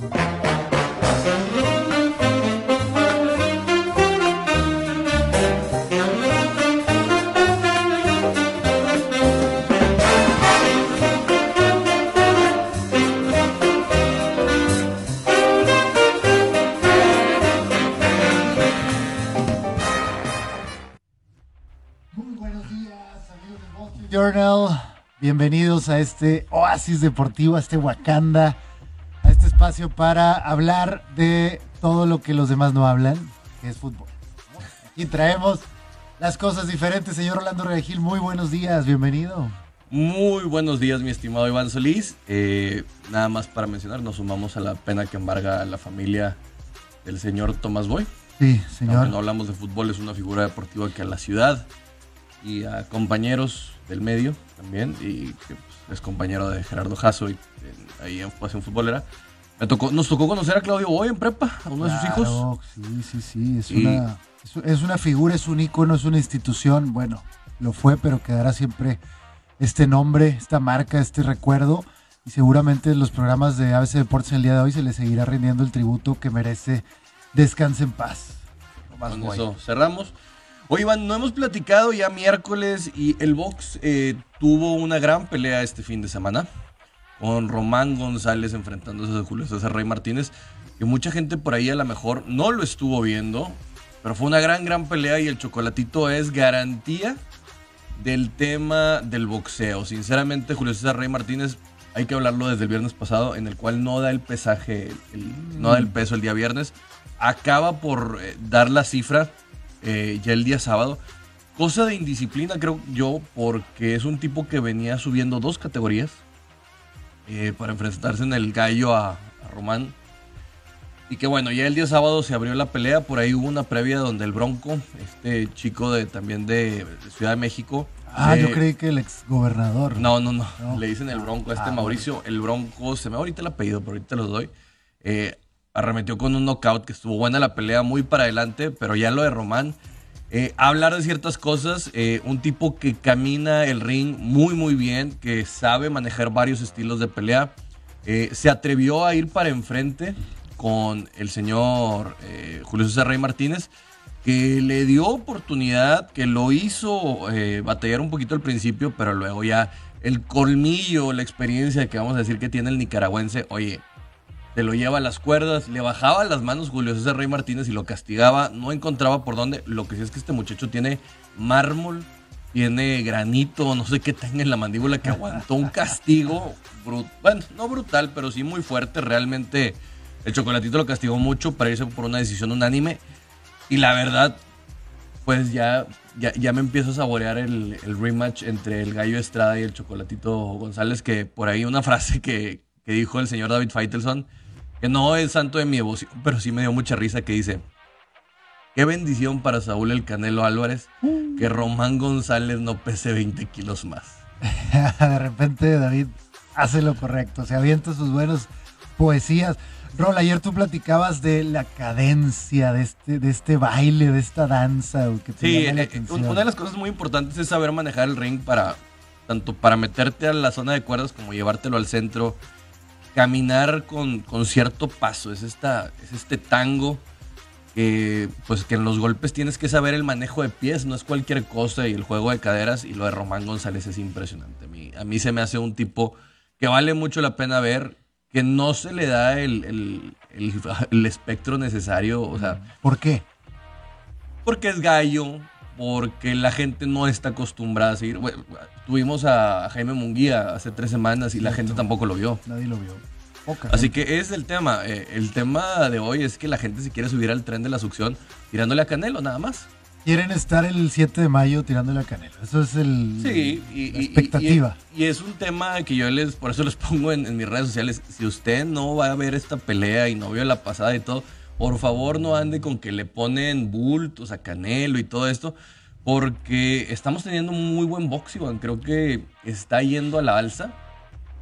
Journal, bienvenidos a este oasis deportivo, a este Wakanda, a este espacio para hablar de todo lo que los demás no hablan, que es fútbol. Aquí traemos las cosas diferentes. Señor Orlando Regil, muy buenos días, bienvenido. Muy buenos días, mi estimado Iván Solís. Nada más para mencionar, nos sumamos a la pena que embarga a la familia del señor Tomás Boy. Sí, señor. Aunque no hablamos de fútbol, es una figura deportiva que a la ciudad y a compañeros del medio también, y que es compañero de Gerardo Jasso y ahí en Pasión Futbolera. Nos tocó conocer a Claudio Boy en prepa, a uno de sus hijos. Sí, es una figura, es un ícono, es una institución. Bueno, lo fue, pero quedará siempre este nombre, esta marca, este recuerdo, y seguramente en los programas de ABC Deportes el día de hoy se le seguirá rindiendo el tributo que merece. Descanse en paz. Con eso cerramos. Oye, Iván, no hemos platicado ya miércoles y el box tuvo una gran pelea este fin de semana con Román González enfrentándose a Julio César Rey Martínez, que mucha gente por ahí a lo mejor no lo estuvo viendo, pero fue una gran pelea y el chocolatito es garantía del tema del boxeo. Sinceramente, Julio César Rey Martínez, hay que hablarlo desde el viernes pasado, en el cual no da el pesaje, no da el peso el día viernes, acaba por dar la cifra ya el día sábado. Cosa de indisciplina, creo yo, porque es un tipo que venía subiendo 2 categorías para enfrentarse en el gallo a Román. Y que bueno, ya el día sábado se abrió la pelea. Por ahí hubo una previa donde el Bronco, este chico también de Ciudad de México. Yo creí que el exgobernador. No. Le dicen el Bronco a Mauricio. Bueno. El Bronco, se me va ahorita el apellido, pero ahorita los doy. Arremetió con un knockout, que estuvo buena la pelea, muy para adelante, pero ya lo de Román, hablar de ciertas cosas, un tipo que camina el ring muy bien, que sabe manejar varios estilos de pelea, se atrevió a ir para enfrente con el señor Julio César Rey Martínez, que le dio oportunidad, que lo hizo batallar un poquito al principio, pero luego ya el colmillo, la experiencia que vamos a decir que tiene el nicaragüense, oye, te lo lleva a las cuerdas, le bajaba las manos Julio César Rey Martínez y lo castigaba, no encontraba por dónde. Lo que sí es que este muchacho tiene mármol, tiene granito, no sé qué tenga en la mandíbula, que aguantó un castigo, bueno, no brutal, pero sí muy fuerte. Realmente el chocolatito lo castigó mucho para irse por una decisión unánime. Y la verdad, pues ya me empiezo a saborear el rematch entre el Gallo Estrada y el Chocolatito González, que por ahí una frase que dijo el señor David Faitelson, que no es santo de mi devoción, pero sí me dio mucha risa, que dice: qué bendición para Saúl el Canelo Álvarez que Román González no pese 20 kilos más. De repente David hace lo correcto, se avienta sus buenas poesías. Rol, ayer tú platicabas de la cadencia de este baile, de esta danza. Que te llama la atención. Una de las cosas muy importantes es saber manejar el ring tanto para meterte a la zona de cuerdas como llevártelo al centro. Caminar con cierto paso, es este tango que en los golpes tienes que saber el manejo de pies, no es cualquier cosa, y el juego de caderas, y lo de Román González es impresionante. A mí se me hace un tipo que vale mucho la pena ver, que no se le da el espectro necesario. O sea, ¿por qué? Porque es gallo, porque la gente no está acostumbrada a seguir. Bueno, tuvimos a Jaime Munguía hace 3 semanas y la gente tampoco lo vio. Nadie lo vio. Así que es el tema. El tema de hoy es que la gente se quiere subir al tren de la succión tirándole a Canelo, nada más. Quieren estar el 7 de mayo tirándole a Canelo. Eso es la expectativa. Y es un tema que yo por eso les pongo en mis redes sociales. Si usted no va a ver esta pelea y no vio la pasada y todo, por favor no ande con que le ponen bultos a Canelo y todo esto, porque estamos teniendo un muy buen boxeo. Creo que está yendo a la alza.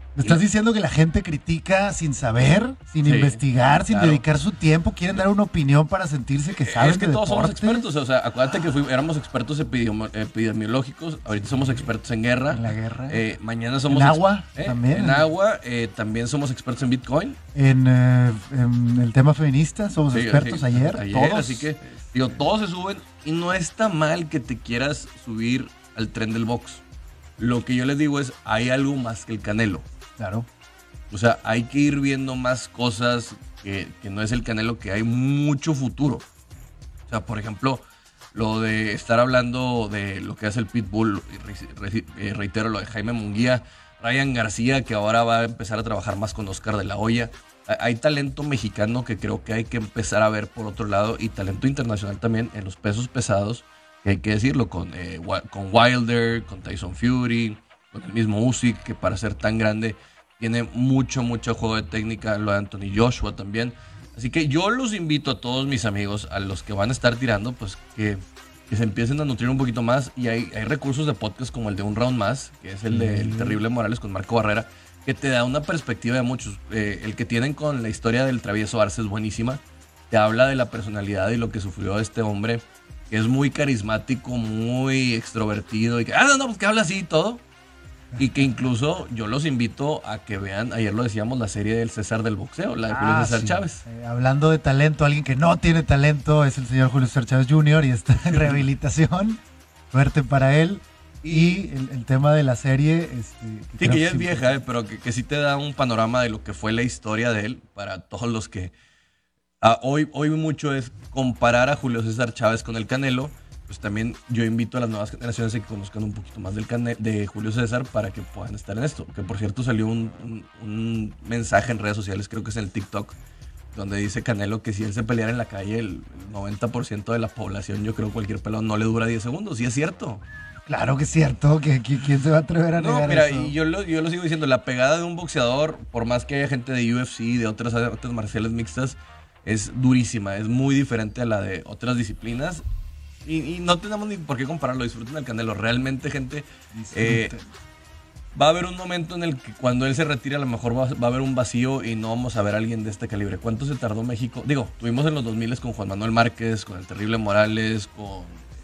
Me estás diciendo que la gente critica sin saber, sin investigar, sin dedicar su tiempo, quieren dar una opinión para sentirse que saben. Es que todos somos expertos, o sea, acuérdate que éramos expertos epidemiológicos, ahorita somos expertos en guerra. En la guerra. Mañana somos en agua también. En agua, también somos expertos en Bitcoin. En el tema feminista somos expertos ayer, todos. Así que, digo, todos se suben y no está mal que te quieras subir al tren del box. Lo que yo les digo es, hay algo más que el Canelo. Claro. O sea, hay que ir viendo más cosas que no es el Canelo, que hay mucho futuro. O sea, por ejemplo, lo de estar hablando de lo que hace el Pitbull, reitero lo de Jaime Munguía, Ryan García, que ahora va a empezar a trabajar más con Oscar de la Hoya. Hay talento mexicano que creo que hay que empezar a ver por otro lado, y talento internacional también en los pesos pesados, que hay que decirlo, con Wilder, con Tyson Fury, con el mismo Usyk, que para ser tan grande tiene mucho juego de técnica, lo de Anthony Joshua también. Así que yo los invito a todos mis amigos, a los que van a estar tirando, pues que se empiecen a nutrir un poquito más. Y hay recursos de podcast como el de Un Round Más, que es el de El Terrible Morales con Marco Barrera, que te da una perspectiva de muchos. El que tienen con la historia del Travieso Arce es buenísima. Te habla de la personalidad y lo que sufrió este hombre, que es muy carismático, muy extrovertido, y que, pues que habla así y todo. Y que incluso yo los invito a que vean, ayer lo decíamos, la serie del César del boxeo, la de Julio César Chávez. Hablando de talento, alguien que no tiene talento es el señor Julio César Chávez Jr. y está en rehabilitación. Suerte para él. Y el tema de la serie... que ya es vieja, pero que sí te da un panorama de lo que fue la historia de él para todos los que... hoy mucho es comparar a Julio César Chávez con el Canelo. Pues también yo invito a las nuevas generaciones a que conozcan un poquito más de Julio César para que puedan estar en esto. Que por cierto salió un mensaje en redes sociales, creo que es en el TikTok, donde dice Canelo que si él se peleara en la calle, el 90% de la población, yo creo cualquier pelado, no le dura 10 segundos. Y es cierto. Claro que es cierto. ¿Quién se va a atrever a negar mira, eso? Y yo lo sigo diciendo, la pegada de un boxeador, por más que haya gente de UFC, de otras artes marciales mixtas, es durísima. Es muy diferente a la de otras disciplinas. Y no tenemos ni por qué compararlo. Disfruten del Canelo. Realmente, gente, va a haber un momento en el que cuando él se retire, a lo mejor va a haber un vacío y no vamos a ver a alguien de este calibre. ¿Cuánto se tardó México? Digo, tuvimos en los 2000 con Juan Manuel Márquez, con el Terrible Morales, con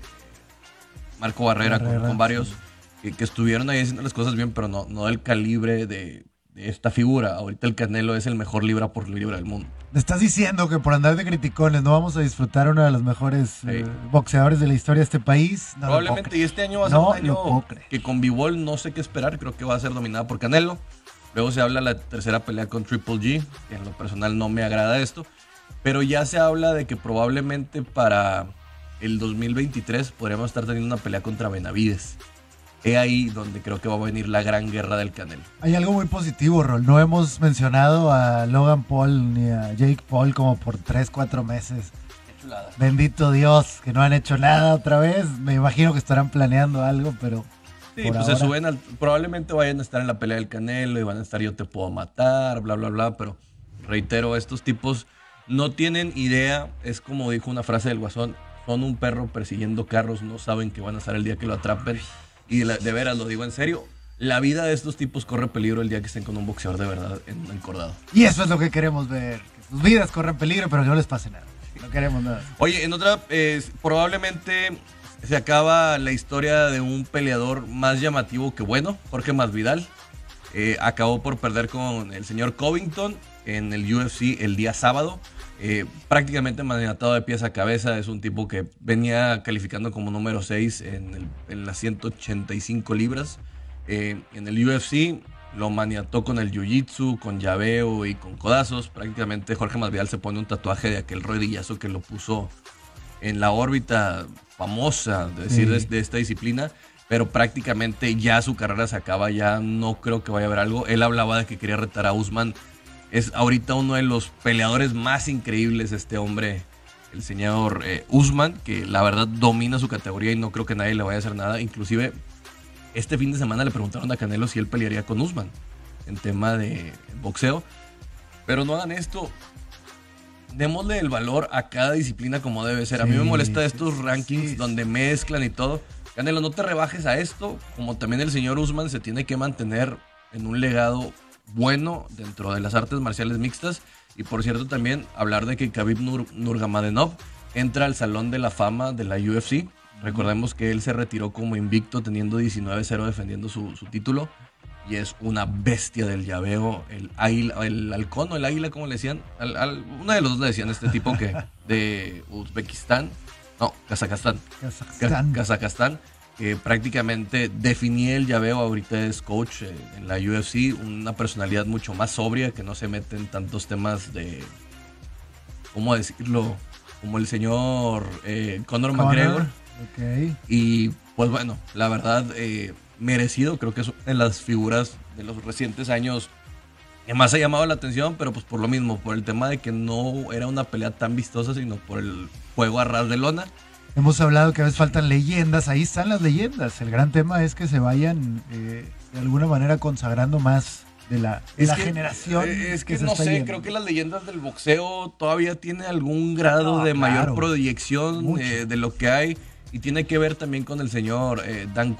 Marco Barrera, con varios que estuvieron ahí haciendo las cosas bien, pero no del calibre de esta figura. Ahorita el Canelo es el mejor libra por libra del mundo. Me estás diciendo que por andar de criticones no vamos a disfrutar uno de los mejores boxeadores de la historia de este país. No, probablemente, y este año va a ser un año que con B-Ball no sé qué esperar. Creo que va a ser dominada por Canelo. Luego se habla de la tercera pelea con Triple G, que en lo personal no me agrada esto. Pero ya se habla de que probablemente para el 2023 podríamos estar teniendo una pelea contra Benavides. Es ahí donde creo que va a venir la gran guerra del Canelo. Hay algo muy positivo, Rol. No hemos mencionado a Logan Paul ni a Jake Paul como por 3-4 meses. Qué chulada. Bendito Dios, que no han hecho nada otra vez. Me imagino que estarán planeando algo, pero... Sí, pues ahora se suben probablemente vayan a estar en la pelea del Canelo y van a estar yo te puedo matar, bla, bla, bla. Pero reitero, estos tipos no tienen idea. Es como dijo una frase del Guasón, son un perro persiguiendo carros, no saben que van a estar el día que lo atrapen. Y de veras, lo digo en serio, la vida de estos tipos corre peligro el día que estén con un boxeador de verdad encordado. Y eso es lo que queremos ver, que sus vidas corren peligro, pero que no les pase nada. No queremos nada. Oye, en otra, probablemente se acaba la historia de un peleador más llamativo que bueno, Jorge Masvidal. Acabó por perder con el señor Covington en el UFC el día sábado. Prácticamente maniatado de pies a cabeza. Es un tipo que venía calificando como número 6 en las 185 libras. En el UFC lo maniató con el jiu-jitsu, con llaveo y con codazos. Prácticamente Jorge Masvidal se pone un tatuaje de aquel rodillazo que lo puso en la órbita famosa de esta disciplina. Pero prácticamente ya su carrera se acaba, ya no creo que vaya a haber algo. Él hablaba de que quería retar a Usman. Es ahorita uno de los peleadores más increíbles, este hombre, el señor Usman, que la verdad domina su categoría y no creo que nadie le vaya a hacer nada. Inclusive, este fin de semana le preguntaron a Canelo si él pelearía con Usman en tema de boxeo. Pero no hagan esto. Démosle el valor a cada disciplina como debe ser. A mí me molesta estos rankings donde mezclan y todo. Canelo, no te rebajes a esto. Como también el señor Usman se tiene que mantener en un legado bueno dentro de las artes marciales mixtas. Y por cierto también hablar de que Khabib Nurmagomedov entra al Salón de la Fama de la UFC. Recordemos que él se retiró como invicto teniendo 19-0 defendiendo su título. Y es una bestia del llaveo, el halcón o el águila, como le decían. Uno de los dos le decían este tipo que de Uzbekistán, no, Kazajstán, que prácticamente definía el llaveo. Ahorita es coach en la UFC, una personalidad mucho más sobria, que no se mete en tantos temas de, ¿cómo decirlo? Como el señor Conor McGregor. Okay. Y pues bueno, la verdad, merecido, creo que es una de las figuras de los recientes años que más ha llamado la atención, pero pues por lo mismo, por el tema de que no era una pelea tan vistosa, sino por el juego a ras de lona. Hemos hablado que a veces faltan leyendas, ahí están las leyendas. El gran tema es que se vayan de alguna manera consagrando más de la generación. Es que no sé, creo que las leyendas del boxeo todavía tienen algún grado de mayor proyección de lo que hay. Y tiene que ver también con el señor Dana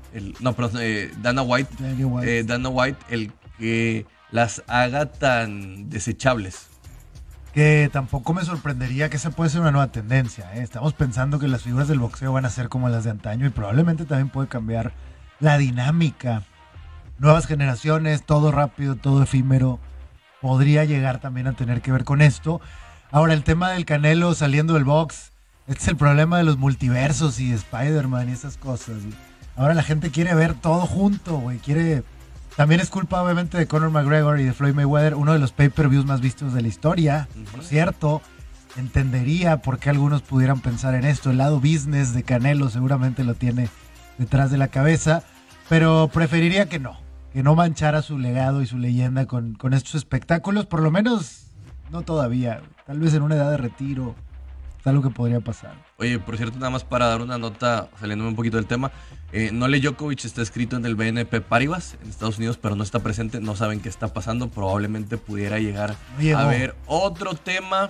White. Dana White, el que las haga tan desechables. Que tampoco me sorprendería que esa puede ser una nueva tendencia. Estamos pensando que las figuras del boxeo van a ser como las de antaño y probablemente también puede cambiar la dinámica. Nuevas generaciones, todo rápido, todo efímero. Podría llegar también a tener que ver con esto. Ahora, el tema del Canelo saliendo del box. Este es el problema de los multiversos y Spider-Man y esas cosas. Ahora la gente quiere ver todo junto, güey. También es culpa, obviamente, de Conor McGregor y de Floyd Mayweather, uno de los pay-per-views más vistos de la historia. Por cierto, entendería por qué algunos pudieran pensar en esto. El lado business de Canelo seguramente lo tiene detrás de la cabeza, pero preferiría que no manchara su legado y su leyenda con estos espectáculos. Por lo menos, no todavía. Tal vez en una edad de retiro. Algo que podría pasar. Oye, por cierto, nada más para dar una nota, saliéndome un poquito del tema, Nole Djokovic está escrito en el BNP Paribas en Estados Unidos, pero no está presente, no saben qué está pasando, probablemente pudiera llegar a haber otro tema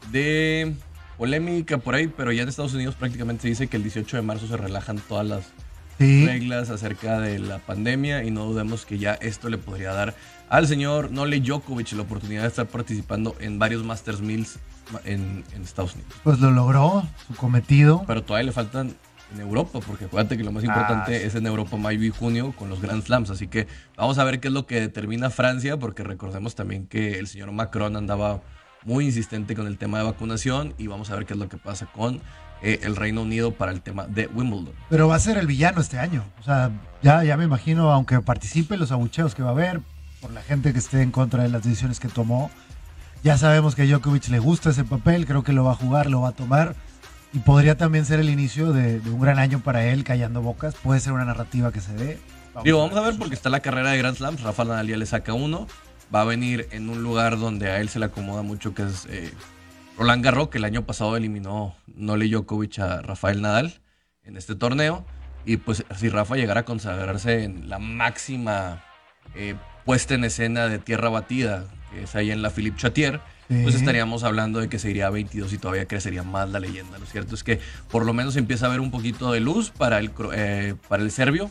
de polémica por ahí, pero ya en Estados Unidos prácticamente se dice que el 18 de marzo se relajan todas las reglas acerca de la pandemia y no dudemos que ya esto le podría dar al señor Nole Djokovic la oportunidad de estar participando en varios Masters 1000 en Estados Unidos. Pues lo logró, su cometido. Pero todavía le faltan en Europa, porque acuérdate que lo más importante es en Europa, mayo y junio, con los Grand Slams. Así que vamos a ver qué es lo que determina Francia, porque recordemos también que el señor Macron andaba muy insistente con el tema de vacunación y vamos a ver qué es lo que pasa con el Reino Unido para el tema de Wimbledon. Pero va a ser el villano este año. O sea, ya me imagino, aunque participe, los abucheos que va a haber por la gente que esté en contra de las decisiones que tomó. Ya sabemos que a Djokovic le gusta ese papel, creo que lo va a jugar, lo va a tomar y podría también ser el inicio de un gran año para él, callando bocas. Puede ser una narrativa que se dé. Vamos a ver porque está la carrera de Grand Slams, Rafael Nadal ya le saca uno, va a venir en un lugar donde a él se le acomoda mucho, que es Roland Garros, que el año pasado eliminó Nole Djokovic a Rafael Nadal en este torneo, y pues si Rafa llegara a consagrarse en la máxima puesta en escena de tierra batida, que es ahí en la Philippe Chatrier, pues estaríamos hablando de que se iría a 22 y todavía crecería más la leyenda. Lo cierto es que por lo menos empieza a haber un poquito de luz para el serbio,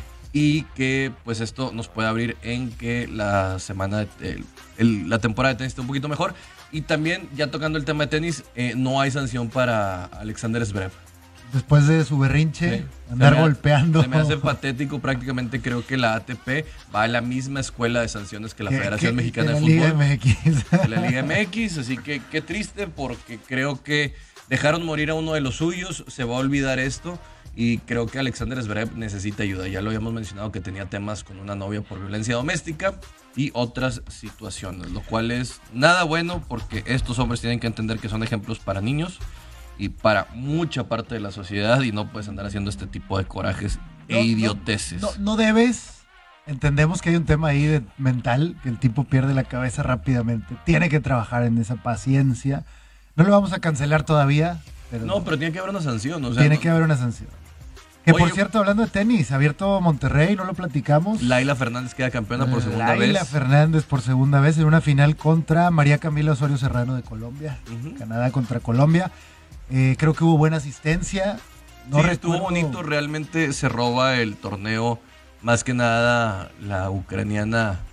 y que pues esto nos puede abrir en que la semana la temporada de tenis esté un poquito mejor. Y también, ya tocando el tema de tenis, no hay sanción para Alexander Zverev. Después de su berrinche, andar golpeando. Se me hace patético. Prácticamente creo que la ATP va a la misma escuela de sanciones que la Federación Mexicana de Fútbol. Liga MX. De la Liga MX. Así que qué triste, porque creo que dejaron morir a uno de los suyos. Se va a olvidar esto. Y creo que Alexander Zverev necesita ayuda. Ya lo habíamos mencionado que tenía temas con una novia por violencia doméstica y otras situaciones. Lo cual es nada bueno, porque estos hombres tienen que entender que son ejemplos para niños y para mucha parte de la sociedad, y no puedes andar haciendo este tipo de corajes e idioteces. No debes. Entendemos que hay un tema ahí mental, que el tipo pierde la cabeza rápidamente. Tiene que trabajar en esa paciencia. No lo vamos a cancelar todavía. Pero tiene que haber una sanción. Tiene que haber una sanción. Que por cierto, hablando de tenis, abierto Monterrey, no lo platicamos. Laila Fernández queda campeona por segunda vez. Laila Fernández por segunda vez en una final contra María Camila Osorio Serrano de Colombia. Canadá contra Colombia. Creo que hubo buena asistencia. Estuvo bonito. Realmente se roba el torneo. Más que nada la ucraniana,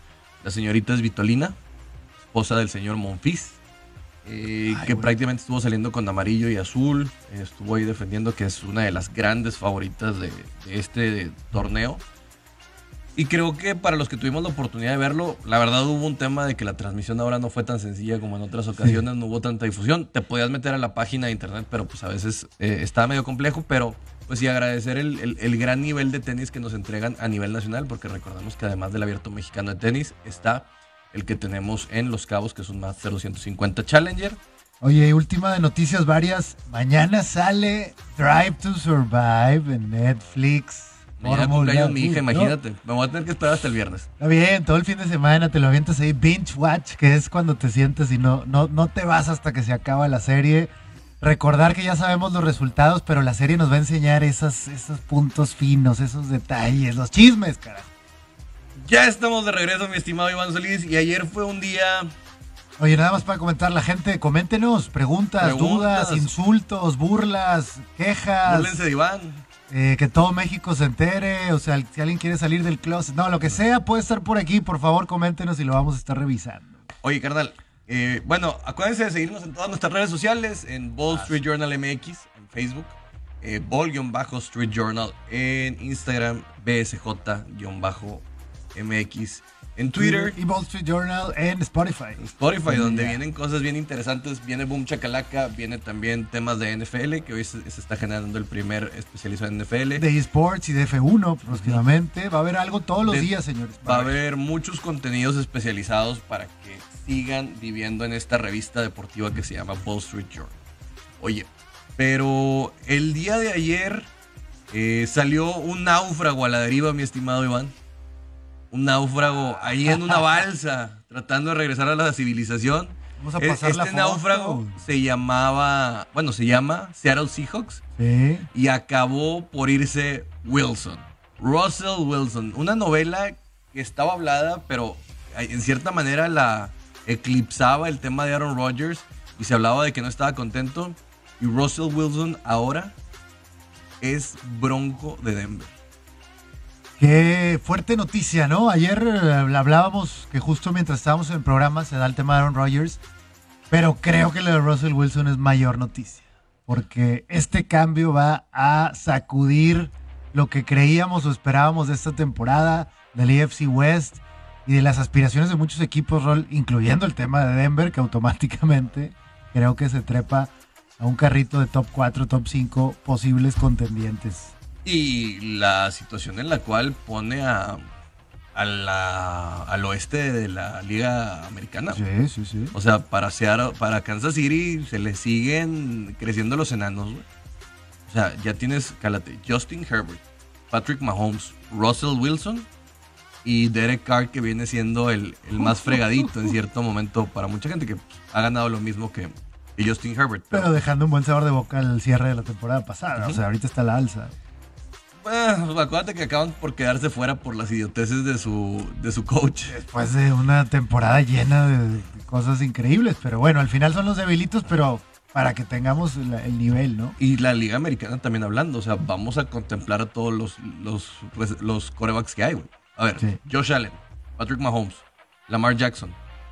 La señorita es Vitolina, esposa del señor Monfils, que prácticamente estuvo saliendo con amarillo y azul. Estuvo ahí defendiendo que es una de las grandes favoritas de este torneo. Y creo que para los que tuvimos la oportunidad de verlo, la verdad hubo un tema de que la transmisión ahora no fue tan sencilla como en otras ocasiones, no hubo tanta difusión. Te podías meter a la página de internet, pero pues a veces estaba medio complejo, pero pues sí agradecer el gran nivel de tenis que nos entregan a nivel nacional, porque recordamos que además del Abierto Mexicano de Tenis, está el que tenemos en Los Cabos, que es un Master 250 Challenger. Oye, y última de noticias varias. Mañana sale Drive to Survive en Netflix. Mañana cumpleaños mi hija, imagínate. Me voy a tener que esperar hasta el viernes. Está bien, todo el fin de semana te lo avientas ahí, binge watch, que es cuando te sientes y no te vas hasta que se acaba la serie. Recordar que ya sabemos los resultados, pero la serie nos va a enseñar esos puntos finos, esos detalles, los chismes, carajo. Ya estamos de regreso, mi estimado Iván Solís, y ayer fue un día... Oye, nada más para comentar, la gente, coméntenos, preguntas, dudas, insultos, burlas, quejas. Búrlense de Iván. Que todo México se entere, o sea, si alguien quiere salir del closet, no, lo que sea, puede estar por aquí, por favor, coméntenos y lo vamos a estar revisando. Oye, carnal, bueno, acuérdense de seguirnos en todas nuestras redes sociales, en Ball Street Journal MX, en Facebook, Ball-Street Journal, en Instagram, BSJ-MX, en Twitter. Y Wall Street Journal en Spotify. Donde vienen cosas bien interesantes. Viene Boom Chacalaca, viene también temas de NFL, que hoy se está generando el primer especializado en NFL. De eSports y de F1 próximamente. Va a haber algo todos los días, señores. Va a haber muchos contenidos especializados para que sigan viviendo en esta revista deportiva que se llama Wall Street Journal. Oye, pero el día de ayer salió un náufrago a la deriva, mi estimado Iván. Un náufrago ahí en una balsa, tratando de regresar a la civilización. Vamos a pasar este náufrago se llama Seattle Seahawks. Sí. Y acabó por irse Wilson. Russell Wilson. Una novela que estaba hablada, pero en cierta manera la eclipsaba el tema de Aaron Rodgers. Y se hablaba de que no estaba contento. Y Russell Wilson ahora es Bronco de Denver. Qué fuerte noticia, ¿no? Ayer hablábamos que justo mientras estábamos en el programa se da el tema de Aaron Rodgers, pero creo que lo de Russell Wilson es mayor noticia, porque este cambio va a sacudir lo que creíamos o esperábamos de esta temporada, del AFC West y de las aspiraciones de muchos equipos, incluyendo el tema de Denver, que automáticamente creo que se trepa a un carrito de top 4, top 5 posibles contendientes. Y la situación en la cual pone al oeste de la Liga Americana. Sí. O sea, para Kansas City se le siguen creciendo los enanos, güey. O sea, ya tienes, cálate, Justin Herbert, Patrick Mahomes, Russell Wilson y Derek Carr, que viene siendo el más fregadito en cierto momento para mucha gente que ha ganado lo mismo que Justin Herbert. Pero dejando un buen sabor de boca al cierre de la temporada pasada. O sea, ahorita está la alza. Bueno, acuérdate que acaban por quedarse fuera por las idioteces de su coach. Después de una temporada llena de cosas increíbles. Pero bueno, al final son los debilitos, pero para que tengamos el nivel, ¿no? Y la Liga Americana también hablando. O sea, vamos a contemplar a todos los quarterbacks que hay, güey. A ver, sí. Josh Allen, Patrick Mahomes, Lamar Jackson,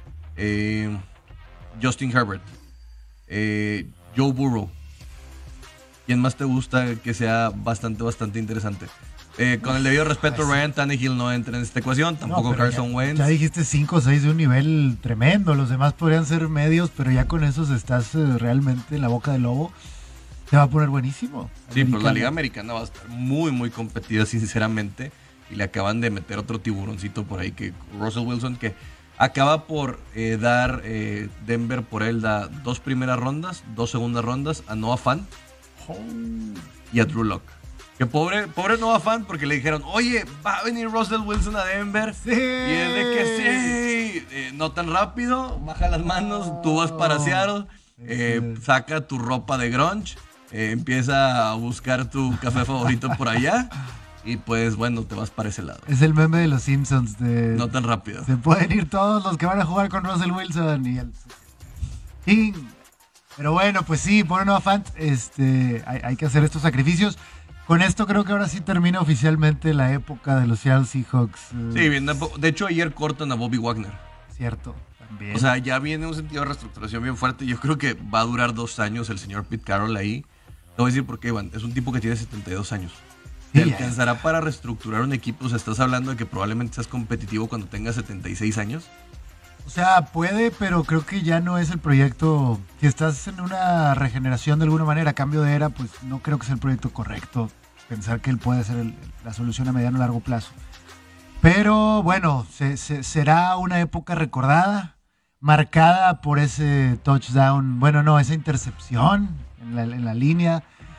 Justin Herbert, Joe Burrow. ¿Quién más te gusta que sea bastante interesante? Con el debido respeto, Ryan Tannehill no entra en esta ecuación, tampoco Carson Wentz. Ya dijiste 5 o 6 de un nivel tremendo, los demás podrían ser medios, pero ya con esos estás realmente en la boca del lobo. Te va a poner buenísimo. Sí, pues la Liga Americana va a estar muy competida, sinceramente, y le acaban de meter otro tiburoncito por ahí, que Russell Wilson, que acaba por dar Denver por él, da 2 primeras rondas, 2 segundas rondas a Noah Fant y a Drew Lock. Que pobre Noah Fant, porque le dijeron, oye, va a venir Russell Wilson a Denver. Sí. Y es de que sí, no tan rápido, baja las manos, tú vas para Seattle, saca tu ropa de grunge, empieza a buscar tu café favorito por allá. Y pues bueno, te vas para ese lado. Es el meme de los Simpsons de... No tan rápido. Se pueden ir todos los que van a jugar con Russell Wilson y el... King. Pero bueno, pues sí, por Noah Fant, hay que hacer estos sacrificios. Con esto creo que ahora sí termina oficialmente la época de los Seattle Seahawks. Sí, bien, de hecho ayer cortan a Bobby Wagner. Cierto, también. O sea, ya viene un sentido de reestructuración bien fuerte. Yo creo que va a durar 2 años el señor Pete Carroll ahí. Te voy a decir por qué, Iván. Es un tipo que tiene 72 años. ¿Te alcanzará para reestructurar un equipo? O sea, estás hablando de que probablemente seas competitivo cuando tengas 76 años. O sea, puede, pero creo que ya no es el proyecto. Si estás en una regeneración de alguna manera, cambio de era, pues no creo que sea el proyecto correcto. Pensar que él puede ser la solución a mediano o largo plazo. Pero bueno, será una época recordada, marcada por ese touchdown, bueno, no, esa intercepción en la línea.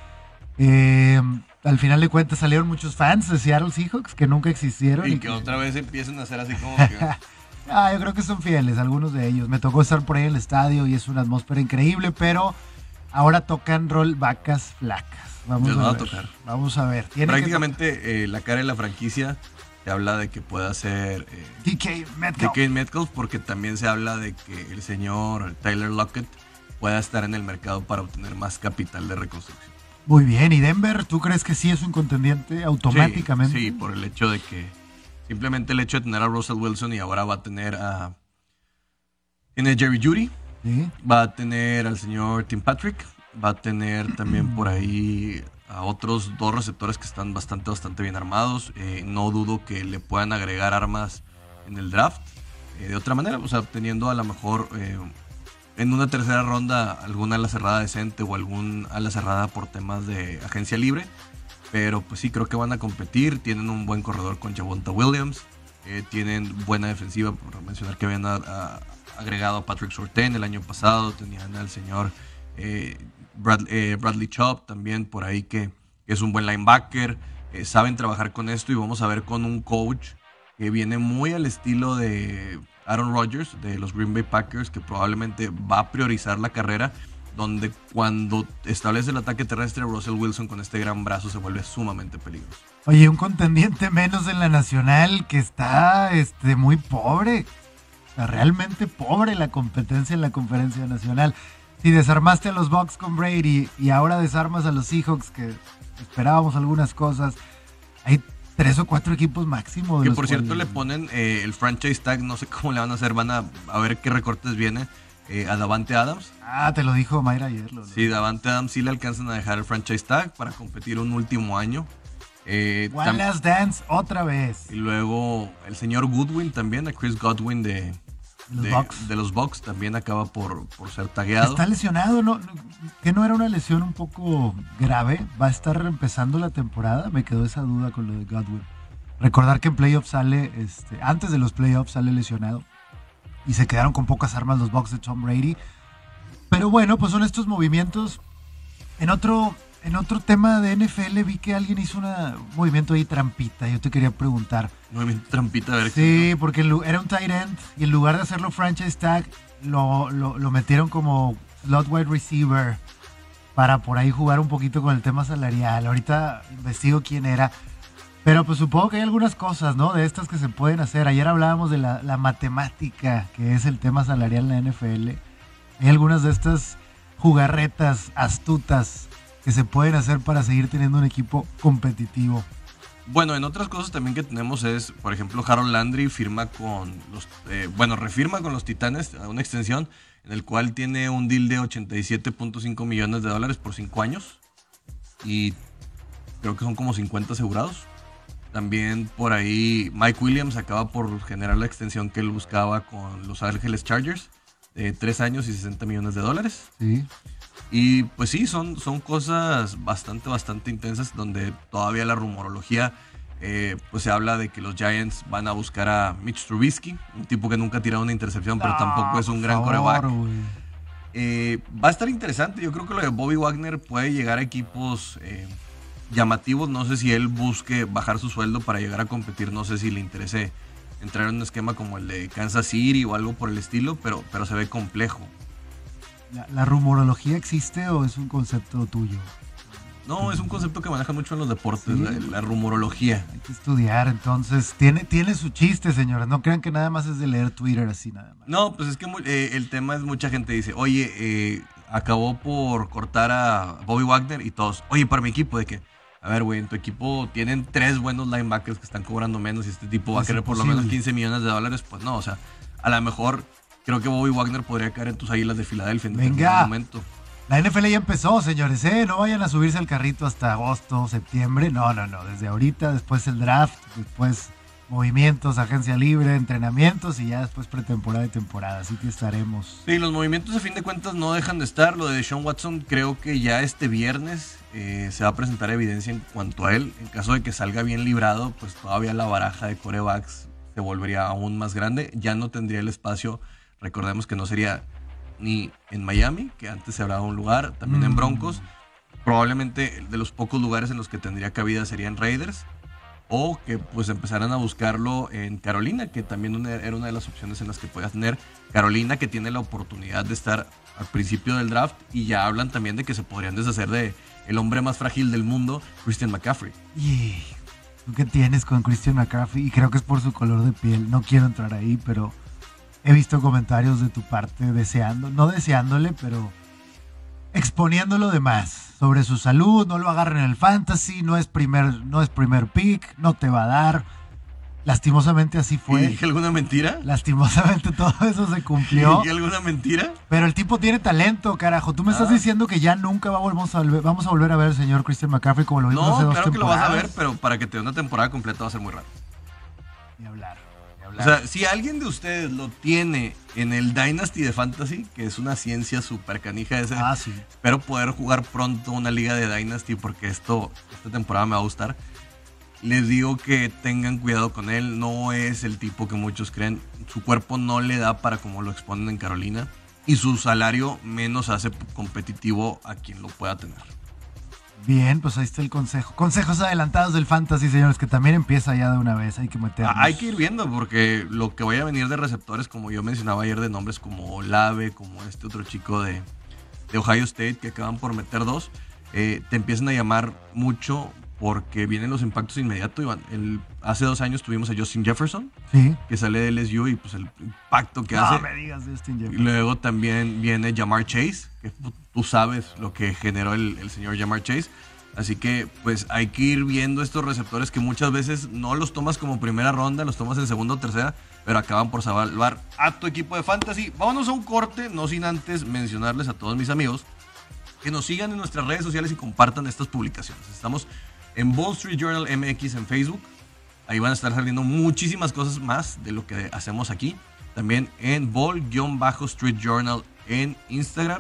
Al final de cuentas salieron muchos fans de Seattle Seahawks que nunca existieron. Y que otra vez empiecen a hacer así como que... Yo creo que son fieles, algunos de ellos. Me tocó estar por ahí en el estadio y es una atmósfera increíble, pero ahora tocan rol vacas flacas. Vamos a ver. Prácticamente la cara de la franquicia te habla de que pueda ser DK Metcalf, porque también se habla de que el señor Tyler Lockett pueda estar en el mercado para obtener más capital de reconstrucción. Muy bien, ¿y Denver tú crees que sí es un contendiente automáticamente? Sí, por el hecho de que simplemente el hecho de tener a Russell Wilson y ahora va a tener tiene Jerry Jeudy, ¿sí? Va a tener al señor Tim Patrick, va a tener también por ahí a otros 2 receptores que están bastante bien armados. No dudo que le puedan agregar armas en el draft de otra manera, o sea, teniendo a lo mejor en una tercera ronda alguna ala cerrada decente o algún ala cerrada por temas de agencia libre. Pero pues sí, creo que van a competir. Tienen un buen corredor con Javonte Williams. Tienen buena defensiva, por mencionar que habían agregado a Patrick Surtain el año pasado. Tenían al señor Bradley Chubb también por ahí, que es un buen linebacker. Saben trabajar con esto y vamos a ver con un coach que viene muy al estilo de Aaron Rodgers, de los Green Bay Packers, que probablemente va a priorizar la carrera, donde cuando establece el ataque terrestre, Russell Wilson con este gran brazo se vuelve sumamente peligroso. Oye, un contendiente menos en la nacional que está muy pobre. O sea, realmente pobre la competencia en la conferencia nacional. Si desarmaste a los Bucs con Brady y ahora desarmas a los Seahawks, que esperábamos algunas cosas, hay 3 o 4 equipos máximo. Que por cierto le ponen el franchise tag, no sé cómo le van a hacer, van a ver qué recortes viene. A Davante Adams. Te lo dijo Mayra ayer. Sí, Davante Adams sí le alcanzan a dejar el franchise tag para competir un último año. One Last Dance otra vez. Y luego el señor Goodwin también, a Chris Godwin de los Bucs, también acaba por ser tagueado. Está lesionado, ¿no? ¿Que no era una lesión un poco grave? ¿Va a estar empezando la temporada? Me quedó esa duda con lo de Godwin. Recordar que en playoffs sale, antes de los playoffs sale lesionado. Y se quedaron con pocas armas los Bucs de Tom Brady. Pero bueno, pues son estos movimientos. En otro tema de NFL vi que alguien hizo un movimiento ahí trampita. Yo te quería preguntar. Movimiento trampita, a ver. Sí, porque era un tight end y en lugar de hacerlo franchise tag, lo metieron como slot wide receiver para por ahí jugar un poquito con el tema salarial. Ahorita investigo quién era. Pero pues supongo que hay algunas cosas, ¿no? De estas que se pueden hacer. Ayer hablábamos de la matemática, que es el tema salarial en la NFL. Hay algunas de estas jugarretas astutas que se pueden hacer para seguir teniendo un equipo competitivo. Bueno, en otras cosas también que tenemos es, por ejemplo, Harold Landry refirma con los Titanes a una extensión en el cual tiene un deal de $87.5 millones por 5 años. Y creo que son como 50 asegurados. También por ahí Mike Williams acaba por generar la extensión que él buscaba con Los Ángeles Chargers de 3 años y $60 millones. Sí. Y pues sí, son cosas bastante intensas donde todavía la rumorología pues se habla de que los Giants van a buscar a Mitch Trubisky, un tipo que nunca ha tirado una intercepción, pero tampoco es un gran quarterback. Va a estar interesante. Yo creo que lo de Bobby Wagner puede llegar a equipos llamativos. No sé si él busque bajar su sueldo para llegar a competir. No sé si le interese entrar en un esquema como el de Kansas City o algo por el estilo, pero se ve complejo. ¿La rumorología existe o es un concepto tuyo? No, es un concepto que maneja mucho en los deportes, ¿sí? la rumorología. Hay que estudiar, entonces. Tiene su chiste, señores. No crean que nada más es de leer Twitter así nada más. No, pues es que el tema es mucha gente dice, oye, acabó por cortar a Bobby Wagner y todos, oye, para mi equipo, ¿de qué? a ver, güey, en tu equipo tienen 3 buenos linebackers que están cobrando menos y este tipo va a Es querer por lo imposible. menos $15 millones, pues no, o sea, a lo mejor creo que Bobby Wagner podría caer en tus Águilas de Filadelfia en Venga. determinado momento. La NFL ya empezó, señores, no vayan a subirse al carrito hasta agosto, septiembre, no, desde ahorita, después el draft, después movimientos, agencia libre, entrenamientos y ya después pretemporada y temporada, así que estaremos. Sí, los movimientos a fin de cuentas no dejan de estar. Lo de Deshaun Watson creo que ya este viernes se va a presentar evidencia en cuanto a él. En caso de que salga bien librado, pues todavía la baraja de quarterbacks se volvería aún más grande. Ya no tendría el espacio, recordemos que no sería ni en Miami, que antes se hablaba de un lugar, también en Broncos. Probablemente de los pocos lugares en los que tendría cabida sería en Raiders. O que pues empezaran a buscarlo en Carolina, que también era una de las opciones en las que podía tener. Carolina, que tiene la oportunidad de estar al principio del draft, y ya hablan también de que se podrían deshacer de el hombre más frágil del mundo, Christian McCaffrey. Y ¿tú qué tienes con Christian McCaffrey? Y creo que es por su color de piel, no quiero entrar ahí, pero he visto comentarios de tu parte no deseándole, pero exponiéndolo de más sobre su salud. No lo agarren en el fantasy, no es primer pick, no te va a dar. Lastimosamente así ¿Y fue. dije alguna mentira? Lastimosamente todo eso se cumplió. ¿Y dije alguna mentira? Pero el tipo tiene talento, carajo. Tú me estás diciendo que ya nunca vamos a volver a ver al señor Christian McCaffrey como lo vimos hace No, 2 claro que lo vas a ver, temporadas. pero para que te dé una temporada completa va a ser muy raro. Ni hablar. O sea, si alguien de ustedes lo tiene en el Dynasty de Fantasy, que es una ciencia súper canija ese, sí. espero poder jugar pronto una liga de Dynasty porque esta temporada me va a gustar. Les digo que tengan cuidado con él, no es el tipo que muchos creen. Su cuerpo no le da para como lo exponen en Carolina y su salario menos hace competitivo a quien lo pueda tener. Bien, pues ahí está el consejo. Consejos adelantados del fantasy, señores, que también empieza ya de una vez. Hay que meternos. Hay que ir viendo porque lo que vaya a venir de receptores, como yo mencionaba ayer, de nombres como Olave, como este otro chico de Ohio State que acaban por meter 2, te empiezan a llamar mucho porque vienen los impactos inmediatos. Iván, hace 2 años tuvimos a Justin Jefferson, Sí. que sale de LSU y pues el impacto que No hace. me digas Justin Y Jefferson. luego también viene Jamar Chase, que tú sabes lo que generó el señor Jamar Chase. Así que pues hay que ir viendo estos receptores que muchas veces no los tomas como primera ronda, los tomas en segunda o tercera, pero acaban por salvar a tu equipo de fantasy. Vámonos a un corte, no sin antes mencionarles a todos mis amigos que nos sigan en nuestras redes sociales y compartan estas publicaciones. Estamos en Wall Street Journal MX en Facebook. Ahí van a estar saliendo muchísimas cosas más de lo que hacemos aquí. También en Ball-Street Journal en Instagram,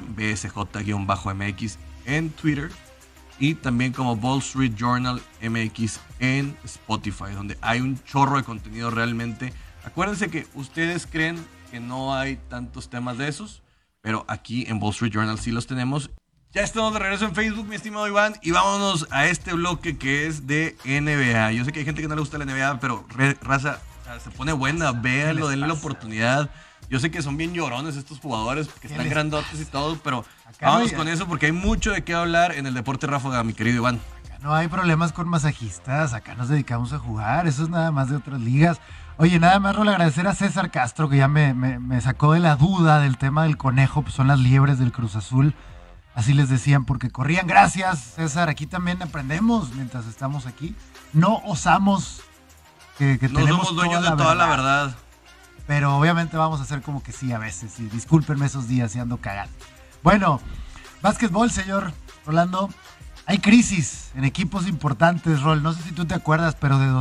BSJ-MX en Twitter. Y también como Wall Street Journal MX en Spotify, donde hay un chorro de contenido realmente. Acuérdense que ustedes creen que no hay tantos temas de esos, pero aquí en Wall Street Journal sí los tenemos. Ya estamos de regreso en Facebook, mi estimado Iván, y vámonos a este bloque que es de NBA. Yo sé que hay gente que no le gusta la NBA, pero raza, o sea, se pone buena, véanlo, denle la oportunidad. Yo sé que son bien llorones estos jugadores, que están grandotes y todo, pero vamos con eso porque hay mucho de qué hablar en el deporte ráfaga, mi querido Iván. Acá no hay problemas con masajistas, acá nos dedicamos a jugar, eso es nada más de otras ligas. Oye, nada más, Rol, agradecer a César Castro, que ya me sacó de la duda del tema del conejo, pues son las liebres del Cruz Azul. Así les decían, porque corrían. Gracias, César. Aquí también aprendemos mientras estamos aquí. No osamos que No tenemos somos dueños de toda la verdad. Pero obviamente vamos a hacer como que sí a veces. Y discúlpenme esos días y ando cagando. Bueno, básquetbol, señor Rolando. Hay crisis en equipos importantes, Rol. No sé si tú te acuerdas, pero de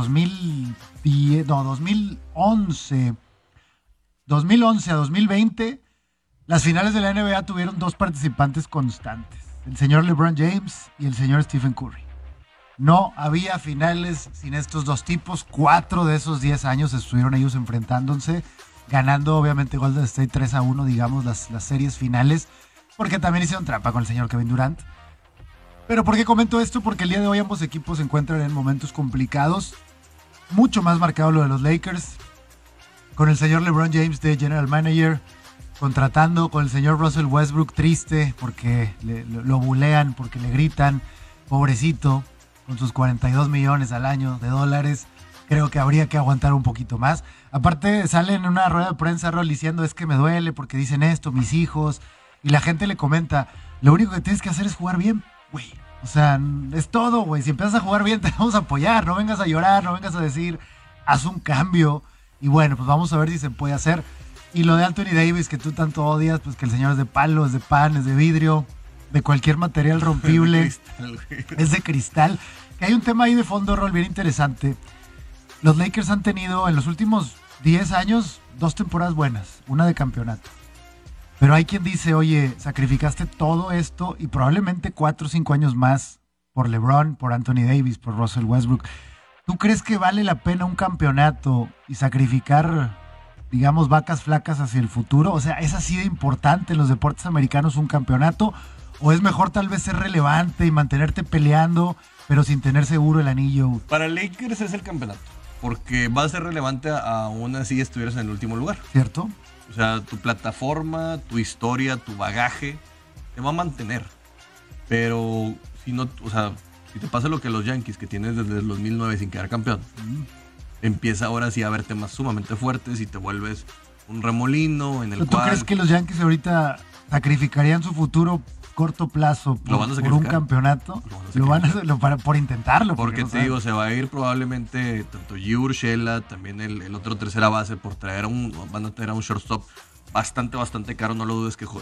2011 a 2020, las finales de la NBA tuvieron 2 participantes constantes. El señor LeBron James y el señor Stephen Curry. No había finales sin estos 2 tipos. 4 de esos 10 años estuvieron ellos enfrentándose, ganando obviamente Golden State 3-1, digamos, las series finales, porque también hicieron trampa con el señor Kevin Durant. Pero ¿por qué comento esto? Porque el día de hoy ambos equipos se encuentran en momentos complicados. Mucho más marcado lo de los Lakers, con el señor LeBron James de General Manager, contratando con el señor Russell Westbrook triste porque lo bulean, porque le gritan, pobrecito, con sus 42 millones al año de dólares. Creo que habría que aguantar un poquito más. Aparte sale en una rueda de prensa Rol diciendo es que me duele porque dicen esto, mis hijos, y la gente le comenta, lo único que tienes que hacer es jugar bien, güey. O sea, es todo, güey. Si empiezas a jugar bien, te vamos a apoyar. No vengas a llorar, no vengas a decir, haz un cambio. Y bueno, pues vamos a ver si se puede hacer. Y lo de Anthony Davis, que tú tanto odias, pues que el señor es de palo, es de pan, es de vidrio, de cualquier material rompible. Es de cristal. Que hay un tema ahí de fondo, Rol, bien interesante. Los Lakers han tenido en los últimos 10 años 2 temporadas buenas, una de campeonato. Pero hay quien dice, oye, sacrificaste todo esto y probablemente 4 o 5 años más por LeBron, por Anthony Davis, por Russell Westbrook. ¿Tú crees que vale la pena un campeonato y sacrificar, digamos, vacas flacas hacia el futuro? O sea, ¿es así de importante en los deportes americanos un campeonato? ¿O es mejor tal vez ser relevante y mantenerte peleando, pero sin tener seguro el anillo? Para Lakers es el campeonato, porque va a ser relevante aún así estuvieras en el último lugar. ¿Cierto? O sea, tu plataforma, tu historia, tu bagaje te va a mantener. Pero si no, o sea, si te pasa lo que los Yankees, que tienes desde el 2009 sin quedar campeón, empieza ahora sí a ver temas sumamente fuertes y te vuelves un remolino en el ¿Tú cual... crees que los Yankees ahorita sacrificarían su futuro corto plazo por un campeonato? Por intentarlo. Porque te digo, se va a ir probablemente tanto Gio Urshela, también el otro tercera base, por van a traer a un shortstop bastante caro. No lo dudes que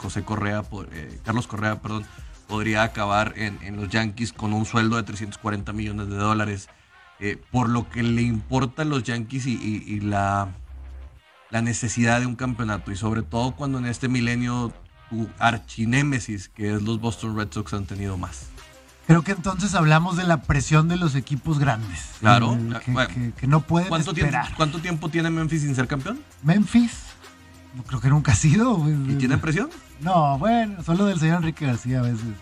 Carlos Correa, podría acabar en los Yankees con un sueldo de $340 millones. Por lo que le importa a los Yankees y la necesidad de un campeonato. Y sobre todo cuando en este milenio tu archinémesis, que es los Boston Red Sox, han tenido más. Creo que entonces hablamos de la presión de los equipos grandes. Claro. Que no pueden esperar. ¿Cuánto tiempo tiene Memphis sin ser campeón? Memphis, no creo que nunca ha sido. ¿Y tiene presión? No, bueno, solo del señor Enrique García a veces.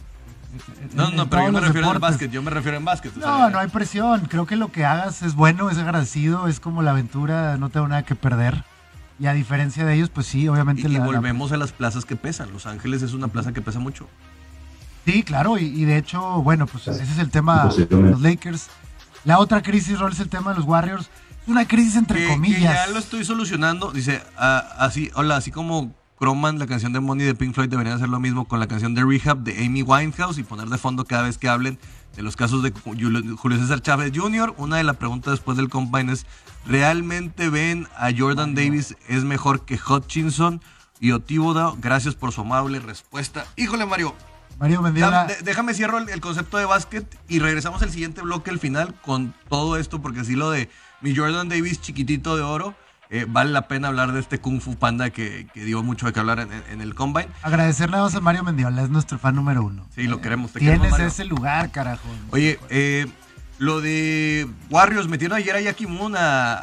No, pero yo me refiero al básquet. Yo me refiero en básquet. No hay presión. Creo que lo que hagas es bueno, es agradecido, es como la aventura, no tengo nada que perder. Y a diferencia de ellos, pues sí, obviamente... Y volvemos a las plazas que pesan. Los Ángeles es una plaza que pesa mucho. Sí, claro, y de hecho, bueno, pues ese es el tema de los Lakers. La otra crisis, Rol, es el tema de los Warriors. Es una crisis entre comillas. Que ya lo estoy solucionando. Dice, así como Croman, la canción de Money de Pink Floyd, deberían hacer lo mismo con la canción de Rehab de Amy Winehouse y poner de fondo cada vez que hablen de los casos de Julio César Chávez Jr. Una de las preguntas después del Combine es, ¿realmente ven a Jordan Davis es mejor que Hutchinson y Thibodeau? Gracias por su amable respuesta. Híjole, Mario Mendiola. Déjame cierro el concepto de básquet y regresamos al siguiente bloque, al final, con todo esto, porque sí lo de mi Jordan Davis chiquitito de oro, vale la pena hablar de este Kung Fu Panda que dio mucho de qué hablar en el Combine. Agradecerle a Mario Mendiola, es nuestro fan número 1. Sí, lo queremos. Tienes ese lugar, carajo. Oye, lo de Warriors, metieron ayer a Jackie Moon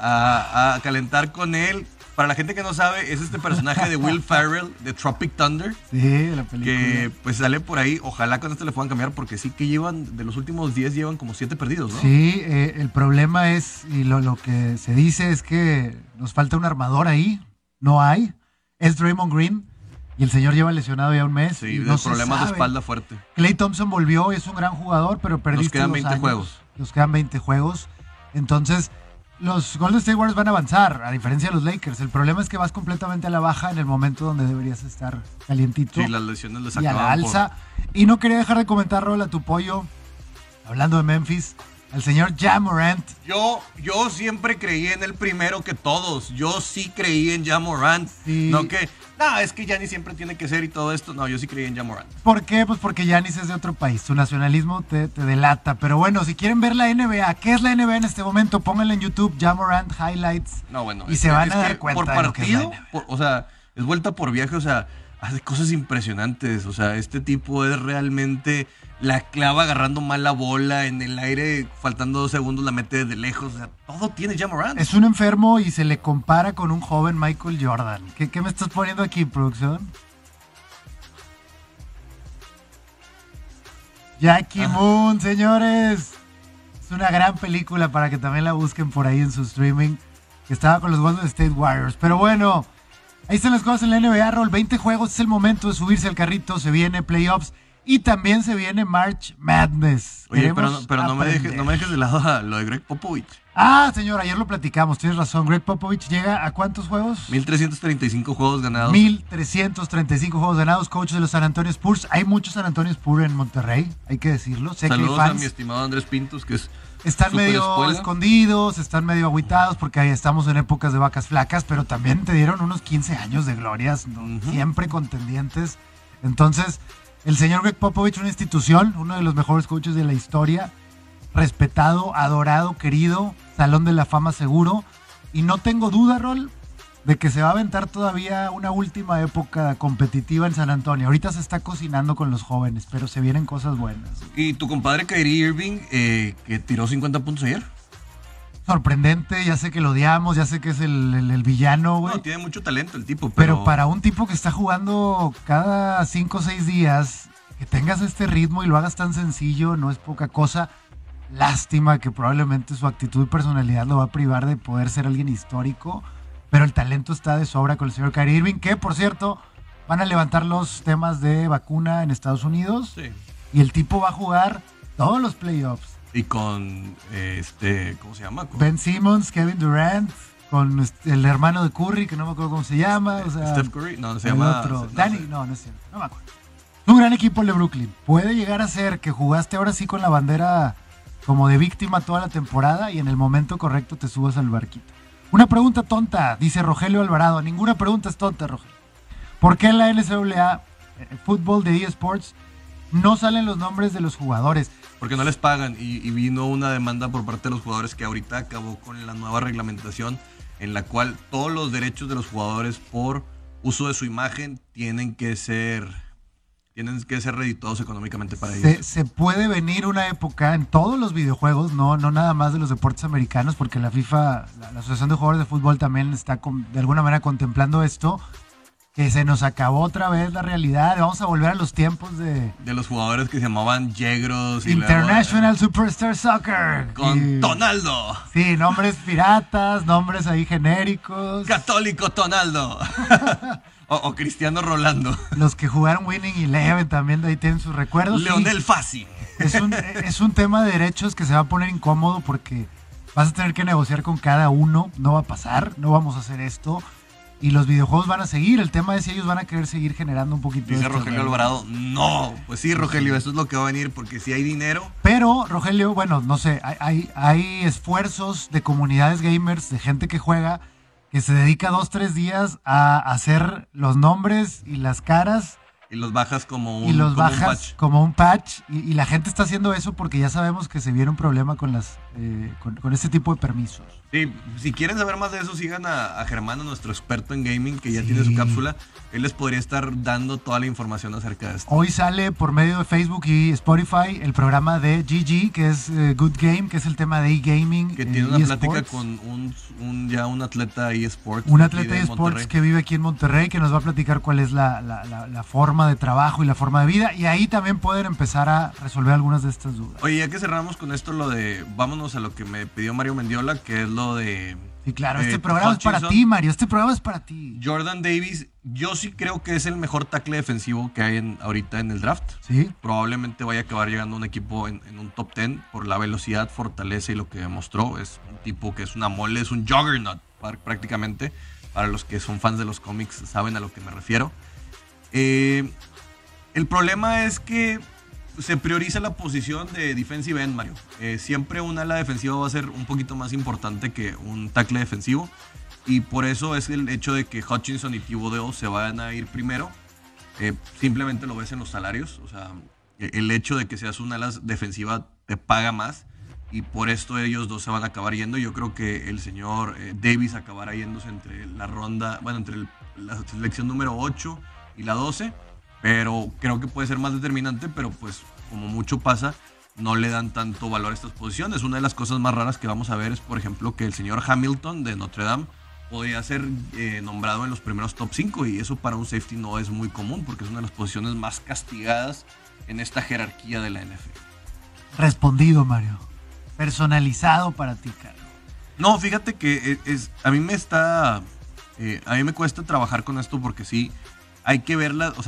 a calentar con él. Para la gente que no sabe, es este personaje de Will Ferrell, de Tropic Thunder. Sí, de la película. Que pues sale por ahí. Ojalá con esto le puedan cambiar, porque sí que de los últimos 10 llevan como 7 perdidos, ¿no? Sí, el problema es, y lo que se dice es que nos falta un armador ahí. No hay. Es Draymond Green. Y el señor lleva lesionado ya un mes. Sí, de problemas de espalda fuerte. Klay Thompson volvió y es un gran jugador, pero perdiste Nos quedan 20 juegos. Nos quedan 20 juegos. Entonces, los Golden State Warriors van a avanzar, a diferencia de los Lakers. El problema es que vas completamente a la baja en el momento donde deberías estar calientito. Sí, las lesiones les y a la alza. Y no quería dejar de comentar, Rol, a tu pollo, hablando de Memphis, al señor Ja Morant. Yo siempre creí en él primero que todos. Yo sí creí en Ja Morant. Sí. Es que Giannis siempre tiene que ser y todo esto. No, yo sí creí en Ja Morant. ¿Por qué? Pues porque Giannis es de otro país. Su nacionalismo te delata. Pero bueno, si quieren ver la NBA, ¿qué es la NBA en este momento? Pónganla en YouTube, Ja Morant Highlights. No, bueno. Y se van a dar cuenta por partido, de lo que es la NBA. O sea, es vuelta por viaje, o sea, hace cosas impresionantes. O sea, este tipo es realmente la clava agarrando mal la bola en el aire, faltando 2 segundos, la mete desde lejos. O sea, todo tiene Ja Morant. Es un enfermo y se le compara con un joven Michael Jordan. ¿Qué me estás poniendo aquí, producción? Jackie Moon, señores. Es una gran película para que también la busquen por ahí en su streaming. Que estaba con los Golden State Warriors. Pero bueno, ahí están las cosas en la NBA, Rol. 20 juegos, es el momento de subirse al carrito. Se viene playoffs. Y también se viene March Madness. Oye, pero no me dejes de lado a lo de Greg Popovich. Ah, señor, ayer lo platicamos, tienes razón. Greg Popovich llega a ¿cuántos juegos? 1,335 juegos ganados. 1,335 juegos ganados, coach de los San Antonio Spurs. Hay muchos San Antonio Spurs en Monterrey, hay que decirlo. Sé Saludos que hay a fans. mi estimado Andrés Pintos, que es Están medio escuela. escondidos, están medio agüitados porque ahí estamos en épocas de vacas flacas, pero también te dieron unos 15 años de glorias, ¿no? Siempre contendientes. Entonces, el señor Greg Popovich, una institución, uno de los mejores coaches de la historia, respetado, adorado, querido, Salón de la Fama seguro, y no tengo duda, Rol, de que se va a aventar todavía una última época competitiva en San Antonio. Ahorita se está cocinando con los jóvenes, pero se vienen cosas buenas. Y tu compadre Kyrie Irving, que tiró 50 puntos ayer. Sorprendente, ya sé que lo odiamos, ya sé que es el villano, güey. No, tiene mucho talento el tipo, pero para un tipo que está jugando cada 5 o 6 días, que tengas este ritmo y lo hagas tan sencillo, no es poca cosa. Lástima que probablemente su actitud y personalidad lo va a privar de poder ser alguien histórico, pero el talento está de sobra con el señor Kyrie Irving, que por cierto van a levantar los temas de vacuna en Estados Unidos. Sí. Y el tipo va a jugar todos los playoffs. Y con, ¿cómo se llama? Con Ben Simmons, Kevin Durant, con el hermano de Curry, que no me acuerdo cómo se llama. O sea, Steph Curry, no, se el llama... otro. No, Danny, sé. no es cierto, no me acuerdo. Un gran equipo el de Brooklyn. Puede llegar a ser que jugaste ahora sí con la bandera como de víctima toda la temporada y en el momento correcto te subas al barquito. Una pregunta tonta, dice Rogelio Alvarado. Ninguna pregunta es tonta, Rogelio. ¿Por qué en la NCAA, fútbol de eSports, no salen los nombres de los jugadores? Porque no les pagan y vino una demanda por parte de los jugadores que ahorita acabó con la nueva reglamentación en la cual todos los derechos de los jugadores por uso de su imagen tienen que ser redituados económicamente para ellos. Se puede venir una época en todos los videojuegos, no nada más de los deportes americanos, porque la FIFA, la Asociación de Jugadores de Fútbol también está de alguna manera contemplando esto, que se nos acabó otra vez la realidad. Vamos a volver a los tiempos de los jugadores que se llamaban Yegros. Y International Superstar Soccer. Con Tonaldo. Sí, nombres piratas, nombres ahí genéricos. Católico Tonaldo. o Cristiano Rolando. Los que jugaron Winning Eleven también de ahí tienen sus recuerdos. Leonel Fassi. Es un tema de derechos que se va a poner incómodo porque vas a tener que negociar con cada uno. No va a pasar, no vamos a hacer esto. Y los videojuegos van a seguir. El tema es si ellos van a querer seguir generando un poquito. Dice Rogelio Alvarado, no. Pues sí, Rogelio, eso es lo que va a venir, porque si hay dinero. Pero, Rogelio, bueno, no sé, hay esfuerzos de comunidades gamers, de gente que juega, que se dedica 2-3 días a hacer los nombres y las caras. Y los bajas como un, y los como bajas un patch. Como un patch. Y la gente está haciendo eso porque ya sabemos que se viene un problema con con este tipo de permisos. Sí, si quieren saber más de eso, sigan a Germán, nuestro experto en gaming, que ya tiene su cápsula. Él les podría estar dando toda la información acerca de esto. Hoy sale por medio de Facebook y Spotify el programa de GG, que es Good Game, que es el tema de e-gaming. Que tiene una plática con un atleta eSports. Un atleta eSports que vive aquí en Monterrey, que nos va a platicar cuál es la forma de trabajo y la forma de vida. Y ahí también pueden empezar a resolver algunas de estas dudas. Oye, ya que cerramos con esto, vámonos a lo que me pidió Mario Mendiola, que es lo de... Sí, claro, este programa es para ti, Mario, este programa es para ti. Jordan Davis, yo sí creo que es el mejor tackle defensivo que hay ahorita en el draft. Sí. Probablemente vaya a acabar llegando a un equipo en un top 10 por la velocidad, fortaleza y lo que demostró. Es un tipo que es una mole, es un juggernaut prácticamente. Para los que son fans de los cómics saben a lo que me refiero. El problema es que se prioriza la posición de defensive end, Mario. Siempre un ala defensiva va a ser un poquito más importante que un tackle defensivo. Y por eso es el hecho de que Hutchinson y Thibodeau se van a ir primero. Simplemente lo ves en los salarios. O sea, el hecho de que seas una ala defensiva te paga más. Y por esto ellos dos se van a acabar yendo. Yo creo que el señor Davis acabará yéndose entre la ronda, bueno, entre la selección número 8 y la 12. Pero creo que puede ser más determinante, pero pues como mucho pasa, no le dan tanto valor a estas posiciones. Una de las cosas más raras que vamos a ver es, por ejemplo, que el señor Hamilton de Notre Dame podría ser nombrado en los primeros top 5 y eso para un safety no es muy común porque es una de las posiciones más castigadas en esta jerarquía de la NFL. Respondido, Mario. Personalizado para ti, Carlos. No, fíjate que a mí me cuesta trabajar con esto porque sí, hay que verla, o sea,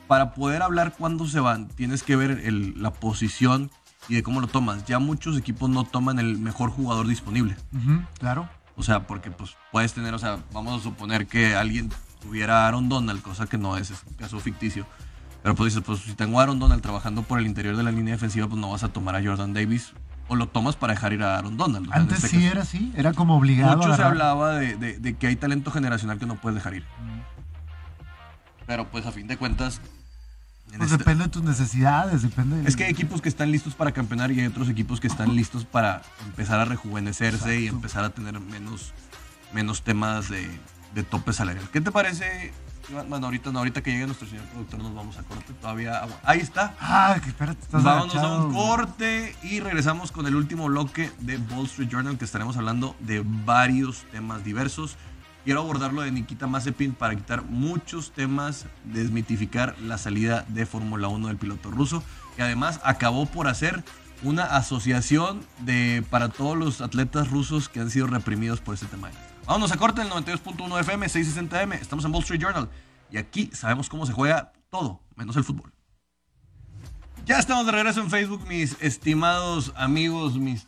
para poder hablar cuándo se van, tienes que ver la posición y de cómo lo tomas. Ya muchos equipos no toman el mejor jugador disponible. Claro. O sea, porque pues puedes tener, o sea, vamos a suponer que alguien tuviera a Aaron Donald, cosa que no es un caso ficticio. Pero pues dices, pues si tengo a Aaron Donald trabajando por el interior de la línea defensiva, pues no vas a tomar a Jordan Davis o lo tomas para dejar ir a Aaron Donald. O sea, antes sí era así, era como obligado. Mucho se hablaba de que hay talento generacional que no puedes dejar ir. Pero pues a fin de cuentas... Pues depende de tus necesidades, depende. Es que hay equipos que están listos para campeonar y hay otros equipos que están listos para empezar a rejuvenecerse. Exacto. Y empezar a tener menos temas de tope salarial. ¿Qué te parece? Bueno, ahorita que llegue nuestro señor productor nos vamos a corte. Todavía. Ahí está. Que espérate, estás Vámonos agachado, a un corte y regresamos con el último bloque de Wall Street Journal, que estaremos hablando de varios temas diversos. Quiero abordar lo de Nikita Mazepin para quitar muchos temas, desmitificar la salida de Fórmula 1 del piloto ruso, que además acabó por hacer una asociación para todos los atletas rusos que han sido reprimidos por este tema. Vámonos a corte en el 92.1 FM, 660M. Estamos en Wall Street Journal y aquí sabemos cómo se juega todo, menos el fútbol. Ya estamos de regreso en Facebook, mis estimados amigos, mis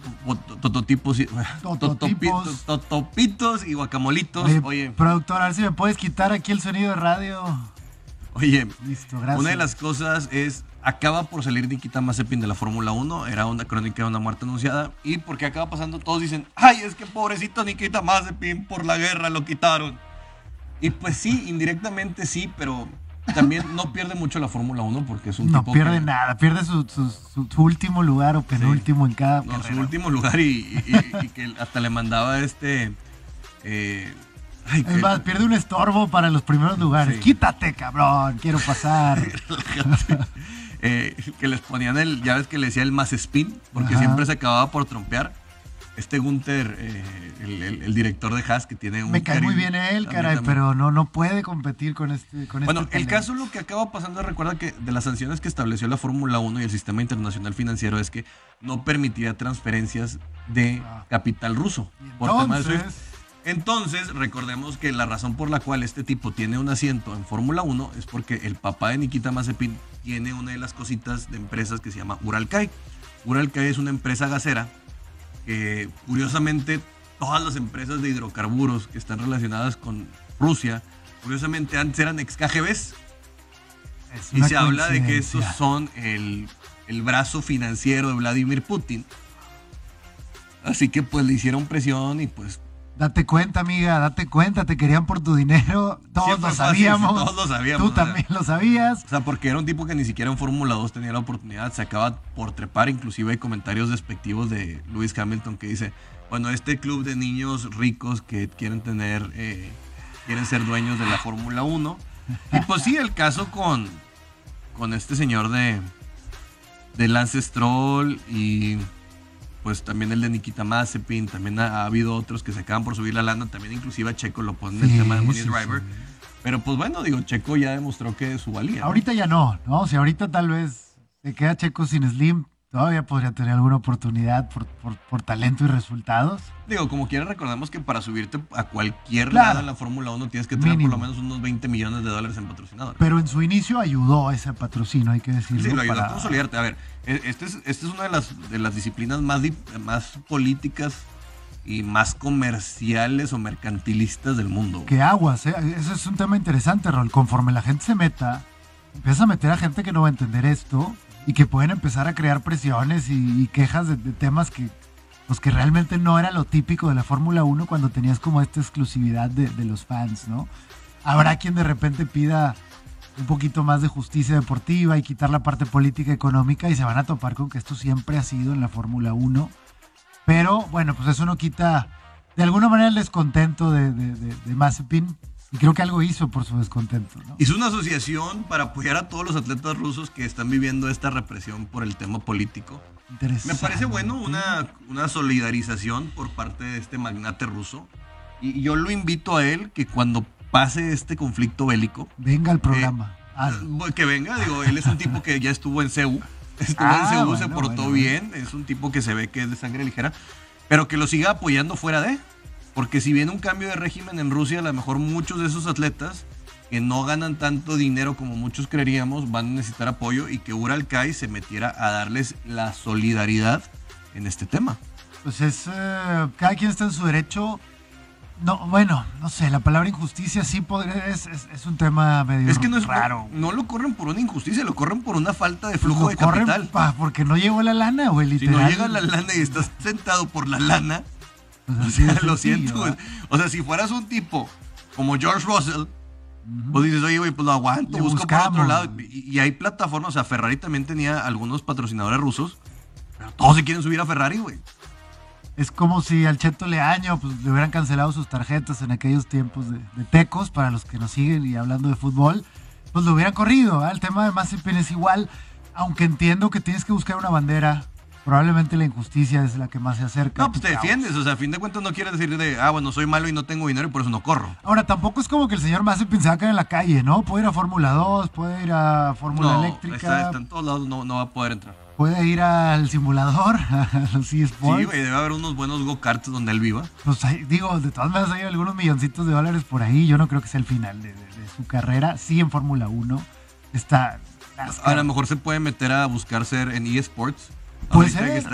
totopitos y guacamolitos. Oye, productor, a ver si me puedes quitar aquí el sonido de radio. Oye, listo, gracias. Una de las cosas es, acaba por salir Nikita Mazepin de la Fórmula 1, era una crónica de una muerte anunciada, y porque acaba pasando, todos dicen, ay, es que pobrecito Nikita Mazepin, por la guerra lo quitaron. Y pues sí, indirectamente sí, pero... También no pierde mucho la Fórmula 1 porque es un tipo que... No pierde nada, pierde su último lugar o penúltimo en cada carrera. Su último lugar y que hasta le mandaba es más, pierde un estorbo para los primeros lugares. Sí. Quítate, cabrón, quiero pasar. Que les ponían ya ves que le decía el Mazespin, porque siempre se acababa por trompear. Gunther, el director de Haas, que tiene un... Me cae muy bien él, caray, pero no puede competir con este Bueno, el caso, lo que acaba pasando, recuerda que de las sanciones que estableció la Fórmula 1 y el sistema internacional financiero es que no permitiría transferencias de capital ruso. Entonces, recordemos que la razón por la cual este tipo tiene un asiento en Fórmula 1 es porque el papá de Nikita Mazepin tiene una de las cositas de empresas que se llama Uralkay. Uralkay es una empresa gasera. Curiosamente, todas las empresas de hidrocarburos que están relacionadas con Rusia, curiosamente antes eran ex KGBs. Y se habla de que esos son el brazo financiero de Vladimir Putin. Así que pues le hicieron presión y pues... Date cuenta, amiga, date cuenta, te querían por tu dinero. Todos lo sabíamos. Todos lo sabíamos. Tú también lo sabías. O sea, porque era un tipo que ni siquiera en Fórmula 2 tenía la oportunidad. Se acaba por trepar. Inclusive hay comentarios despectivos de Lewis Hamilton que dice, bueno, este club de niños ricos que quieren ser dueños de la Fórmula 1. Y pues sí, el caso con este señor de Lance Stroll y... pues también el de Nikita Mazepin, también ha habido otros que se acaban por subir la lana, también inclusive a Checo lo ponen en el tema de Money Driver. Sí. Pero pues bueno, Checo ya demostró que su valía. Ahorita ya no, si ahorita tal vez se queda Checo sin Slim, todavía podría tener alguna oportunidad por talento y resultados. Como quiera, recordemos que para subirte a cualquier lado en la Fórmula 1 tienes que tener por lo menos unos $20 millones en patrocinadores. Pero en su inicio ayudó a ese patrocinio, hay que decirlo. Sí, lo ayudó a consolidarte. A ver, esta es una de las disciplinas más políticas y más comerciales o mercantilistas del mundo. Que aguas, eso es un tema interesante, Rol. Conforme la gente se meta, empieza a meter a gente que no va a entender esto y que pueden empezar a crear presiones y quejas de temas que realmente no era lo típico de la Fórmula 1 cuando tenías como esta exclusividad de los fans, ¿no? Habrá quien de repente pida un poquito más de justicia deportiva y quitar la parte política y económica y se van a topar con que esto siempre ha sido en la Fórmula 1. Pero bueno, pues eso no quita de alguna manera el descontento de Mazepin. Y creo que algo hizo por su descontento, ¿no? Hizo una asociación para apoyar a todos los atletas rusos que están viviendo esta represión por el tema político. Me parece bueno una solidarización por parte de este magnate ruso. Y yo lo invito a él que cuando pase este conflicto bélico... venga al programa. Que venga, él es un tipo que ya estuvo en CEU. Se portó bien. Es un tipo que se ve que es de sangre ligera. Pero que lo siga apoyando fuera de... Porque si viene un cambio de régimen en Rusia, a lo mejor muchos de esos atletas que no ganan tanto dinero como muchos creeríamos, van a necesitar apoyo y que Uralcay se metiera a darles la solidaridad en este tema. Pues cada quien está en su derecho. No, bueno, no sé, la palabra injusticia sí es un tema medio es que no es raro. No lo corren por una injusticia, lo corren por una falta de flujo de capital. Porque no llegó la lana, güey, literal. Si no llega la lana y estás sentado por la lana, pues o sea, lo siento, güey. O sea, si fueras un tipo como George Russell, pues dices, oye, güey, pues lo aguanto, busco por otro lado. Y hay plataformas, o sea, Ferrari también tenía algunos patrocinadores rusos, pero todos se quieren subir a Ferrari, güey. Es como si al Cheto Leaño pues, le hubieran cancelado sus tarjetas en aquellos tiempos de Tecos, para los que nos siguen y hablando de fútbol, pues lo hubieran corrido. El tema de Mazepin es igual, aunque entiendo que tienes que buscar una bandera. Probablemente la injusticia es la que más se acerca. No, pues te defiendes, o sea, a fin de cuentas no quieres decir bueno, soy malo y no tengo dinero y por eso no corro. Ahora, tampoco es como que el señor Mazepin se va a quedar en la calle, ¿no? Puede ir a Fórmula 2, puede ir a Fórmula Eléctrica. Está en todos lados, no va a poder entrar. Puede ir al simulador, a los eSports. Sí, güey, debe haber unos buenos go-karts donde él viva. Pues digo, de todas maneras hay algunos milloncitos de dólares por ahí. Yo no creo que sea el final de su carrera. Sí, en Fórmula 1 está... A lo mejor se puede meter a buscar ser en eSports. Puede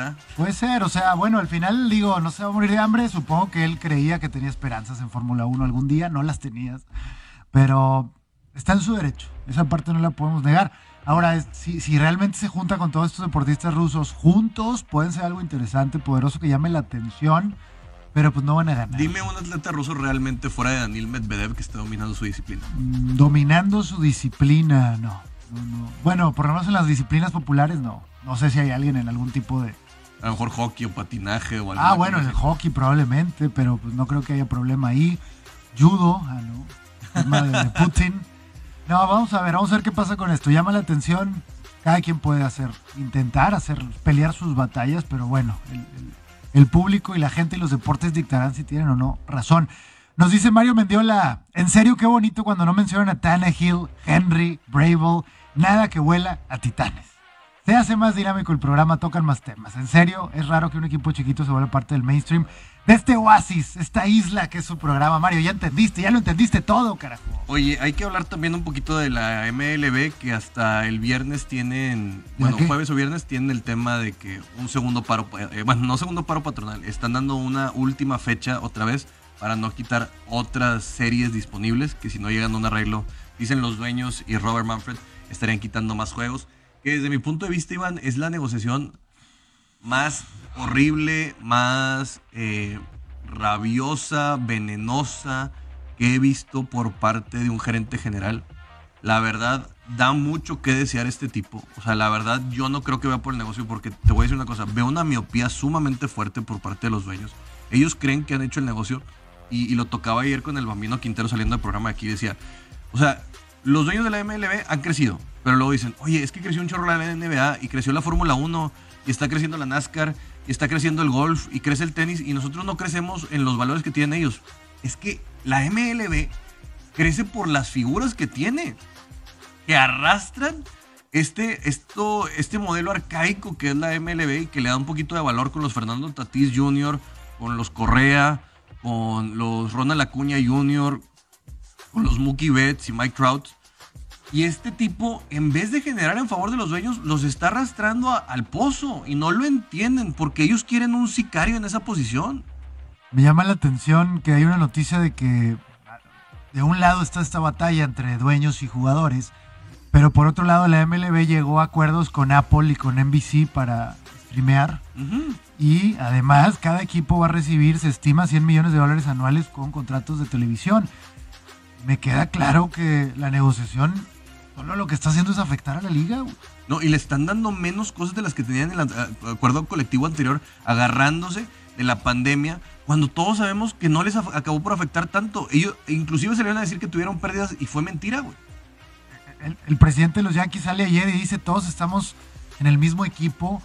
ser, o sea, bueno, al final digo, no se va a morir de hambre. Supongo que él creía que tenía esperanzas en Fórmula 1 algún día, no las tenías, pero está en su derecho, esa parte no la podemos negar. Ahora, si realmente se junta con todos estos deportistas rusos juntos, pueden ser algo interesante, poderoso, que llame la atención, pero pues no van a ganar. Dime un atleta ruso realmente fuera de Daniil Medvedev que esté dominando su disciplina. Dominando su disciplina, no. Bueno, por lo menos en las disciplinas populares no. No sé si hay alguien en algún tipo de... A lo mejor hockey o patinaje o algo. Bueno, en el hockey probablemente, pero pues no creo que haya problema ahí. Judo, no. Tema de Putin. No, vamos a ver qué pasa con esto. Llama la atención. Cada quien puede intentar pelear sus batallas, pero bueno, el público y la gente y los deportes dictarán si tienen o no razón. Nos dice Mario Mendiola, en serio qué bonito cuando no mencionan a Tannehill, Henry, Bravel, nada que vuela a titanes. Se hace más dinámico el programa, tocan más temas. En serio, es raro que un equipo chiquito se vuelva parte del mainstream de este oasis, esta isla que es su programa. Mario, ya lo entendiste todo, carajo. Oye, hay que hablar también un poquito de la MLB, que hasta el viernes jueves o viernes tienen el tema de que un segundo paro, no segundo paro patronal, están dando una última fecha otra vez para no quitar otras series disponibles, que si no llegan a un arreglo, dicen los dueños y Robert Manfred, estarían quitando más juegos. Que desde mi punto de vista, Iván, es la negociación más horrible, más rabiosa, venenosa que he visto por parte de un gerente general. La verdad, da mucho que desear este tipo. O sea, la verdad, yo no creo que vaya por el negocio, porque te voy a decir una cosa, veo una miopía sumamente fuerte por parte de los dueños. Ellos creen que han hecho el negocio y lo tocaba ayer con el Bambino Quintero saliendo del programa aquí, decía, o sea, los dueños de la MLB han crecido, pero luego dicen, oye, es que creció un chorro la NBA y creció la Fórmula 1 y está creciendo la NASCAR y está creciendo el golf y crece el tenis y nosotros no crecemos en los valores que tienen ellos. Es que la MLB crece por las figuras que tiene, que arrastran este modelo arcaico que es la MLB y que le da un poquito de valor con los Fernando Tatís Jr., con los Correa, con los Ronald Acuña Jr., con los Mookie Betts y Mike Trout. Y este tipo, en vez de generar en favor de los dueños, los está arrastrando al pozo. Y no lo entienden, porque ellos quieren un sicario en esa posición. Me llama la atención que hay una noticia de que de un lado está esta batalla entre dueños y jugadores, pero por otro lado la MLB llegó a acuerdos con Apple y con NBC para streamear. Y además cada equipo va a recibir, se estima, $100 millones anuales con contratos de televisión. Me queda claro que la negociación solo lo que está haciendo es afectar a la liga, güey. No, y le están dando menos cosas de las que tenían en el acuerdo colectivo anterior, agarrándose de la pandemia, cuando todos sabemos que no les acabó por afectar tanto. Ellos inclusive salieron a decir que tuvieron pérdidas y fue mentira, güey. El presidente de los Yankees sale ayer y dice, todos estamos en el mismo equipo.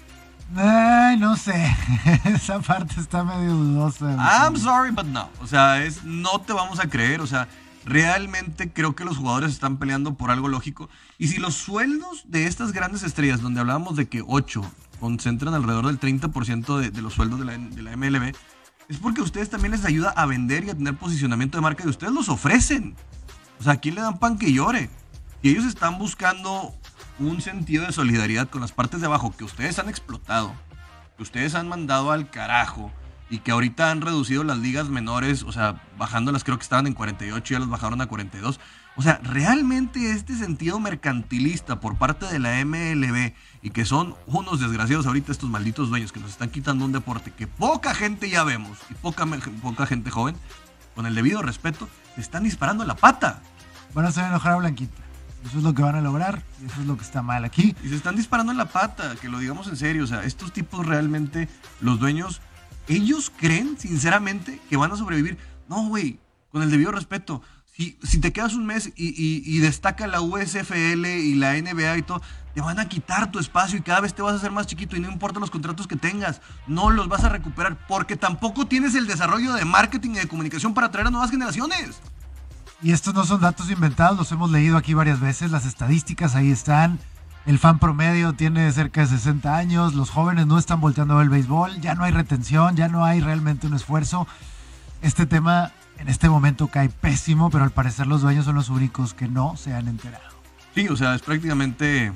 Ay, no sé, esa parte está medio dudosa. I'm sorry, but no. O sea, no te vamos a creer, o sea, realmente creo que los jugadores están peleando por algo lógico. Y si los sueldos de estas grandes estrellas, donde hablábamos de que 8 concentran alrededor del 30% de los sueldos de la MLB, es porque a ustedes también les ayuda a vender y a tener posicionamiento de marca y ustedes los ofrecen. O sea, ¿a quién le dan pan que llore? Y ellos están buscando un sentido de solidaridad con las partes de abajo que ustedes han explotado, que ustedes han mandado al carajo y que ahorita han reducido las ligas menores, o sea, bajándolas, creo que estaban en 48 y ya las bajaron a 42. O sea, realmente este sentido mercantilista por parte de la MLB y que son unos desgraciados ahorita estos malditos dueños que nos están quitando un deporte que poca gente ya vemos y poca gente joven, con el debido respeto, se están disparando en la pata. Van a hacer enojar a Blanquita. Eso es lo que van a lograr y eso es lo que está mal aquí. Y se están disparando en la pata, que lo digamos en serio. O sea, estos tipos realmente, los dueños, ellos creen sinceramente que van a sobrevivir. No, güey, con el debido respeto. Si te quedas un mes y destaca la USFL y la NBA y todo, te van a quitar tu espacio y cada vez te vas a hacer más chiquito y no importa los contratos que tengas, no los vas a recuperar porque tampoco tienes el desarrollo de marketing y de comunicación para atraer a nuevas generaciones. Y estos no son datos inventados, los hemos leído aquí varias veces, las estadísticas ahí están. El fan promedio tiene cerca de 60 años, los jóvenes no están volteando a ver el béisbol, ya no hay retención, ya no hay realmente un esfuerzo. Este tema en este momento cae pésimo, pero al parecer los dueños son los únicos que no se han enterado. Sí, o sea, es prácticamente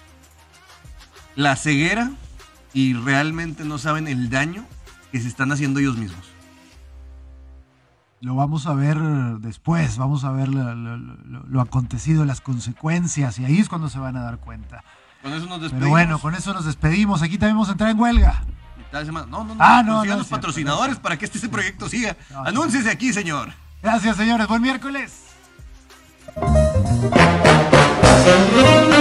la ceguera y realmente no saben el daño que se están haciendo ellos mismos. Lo vamos a ver después, vamos a ver lo acontecido, las consecuencias, y ahí es cuando se van a dar cuenta. Con eso nos despedimos. Pero bueno, con eso nos despedimos. Aquí también vamos a entrar en huelga. No, sigan los patrocinadores para que este proyecto siga. Anúnciese aquí, señor. Gracias, señores. Buen miércoles.